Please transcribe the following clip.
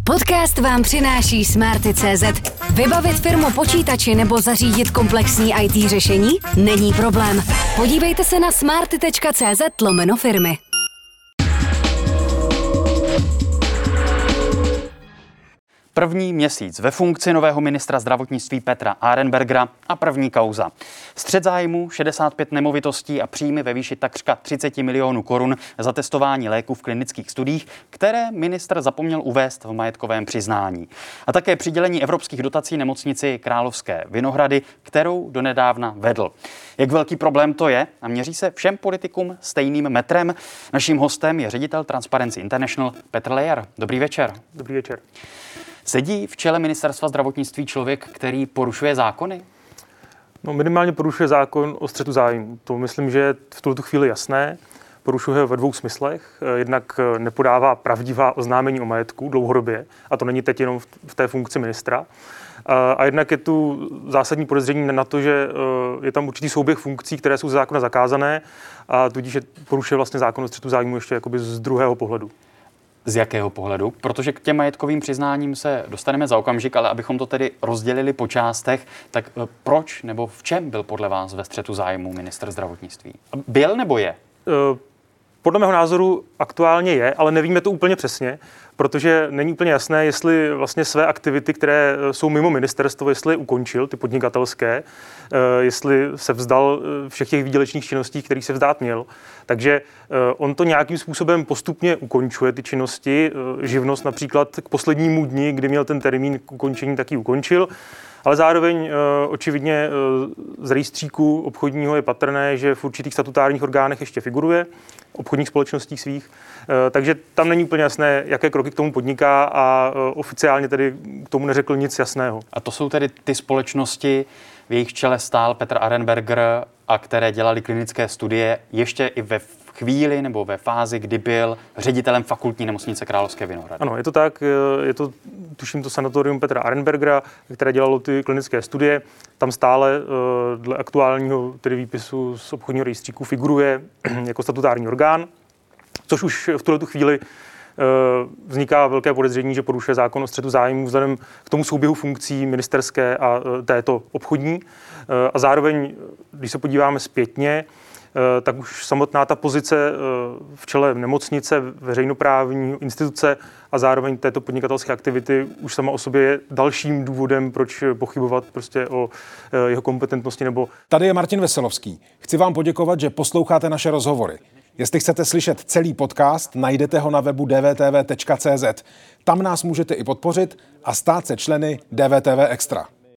Podcast vám přináší Smarty.cz. Vybavit firmu počítači nebo zařídit komplexní IT řešení? Není problém. Podívejte se na smarty.cz/firmy. První měsíc ve funkci nového ministra zdravotnictví Petra Arenbergera a první kauza. Střet zájmů, 65 nemovitostí a příjmy ve výši takřka 30 milionů korun za testování léků v klinických studiích, které ministr zapomněl uvést v majetkovém přiznání. A také přidělení evropských dotací nemocnici Královské Vinohrady, kterou donedávna vedl. Jak velký problém to je a měří se všem politikům stejným metrem? Naším hostem je ředitel Transparency International Petr Lejar. Dobrý večer. Dobrý večer. Sedí v čele ministerstva zdravotnictví člověk, který porušuje zákony? No, minimálně porušuje zákon o střetu zájmů. To myslím, že je v tuto chvíli jasné. Porušuje ve dvou smyslech. Jednak nepodává pravdivá oznámení o majetku dlouhodobě, a to není teď jenom v té funkci ministra. A jednak je tu zásadní podezření na to, že je tam určitý souběh funkcí, které jsou ze zákona zakázané, a tudíž porušuje vlastně zákon o střetu zájmů ještě jakoby z druhého pohledu. Z jakého pohledu? Protože k těm majetkovým přiznáním se dostaneme za okamžik, ale abychom to tedy rozdělili po částech, tak proč nebo v čem byl podle vás ve střetu zájmů ministr zdravotnictví? Byl nebo je? Podle mého názoru aktuálně je, ale nevíme to úplně přesně, protože není úplně jasné, jestli vlastně své aktivity, které jsou mimo ministerstvo, jestli je ukončil, ty podnikatelské, jestli se vzdal všech těch výdělečných činností, kterých se vzdát měl. Takže on to nějakým způsobem postupně ukončuje, ty činnosti. Živnost například k poslednímu dni, kdy měl ten termín k ukončení, taky ukončil. Ale zároveň očividně z rejstříku obchodního je patrné, že v určitých statutárních orgánech ještě figuruje, obchodních společností svých, takže tam není úplně jasné, jaké kroky k tomu podniká, a oficiálně tedy k tomu neřekl nic jasného. A to jsou tedy ty společnosti, v jejich čele stál Petr Arenberger a které dělali klinické studie ještě i ve chvíli nebo ve fázi, kdy byl ředitelem fakultní nemocnice Královské Vinohrady. Ano, je to tak, je to, tuším, to sanatorium Petra Arenbergera, které dělalo ty klinické studie. Tam stále dle aktuálního tedy výpisu z obchodního rejstříku figuruje jako statutární orgán, což už v tuto chvíli vzniká velké podezření, že porušuje zákon o střetu zájmů vzhledem k tomu souběhu funkcí ministerské a této obchodní. A zároveň, když se podíváme zpětně, tak už samotná ta pozice v čele nemocnice, veřejnoprávní instituce a zároveň této podnikatelské aktivity už sama o sobě je dalším důvodem, proč pochybovat prostě o jeho kompetentnosti nebo... Tady je Martin Veselovský. Chci vám poděkovat, že posloucháte naše rozhovory. Jestli chcete slyšet celý podcast, najdete ho na webu dvtv.cz. Tam nás můžete i podpořit a stát se členy DVTV Extra.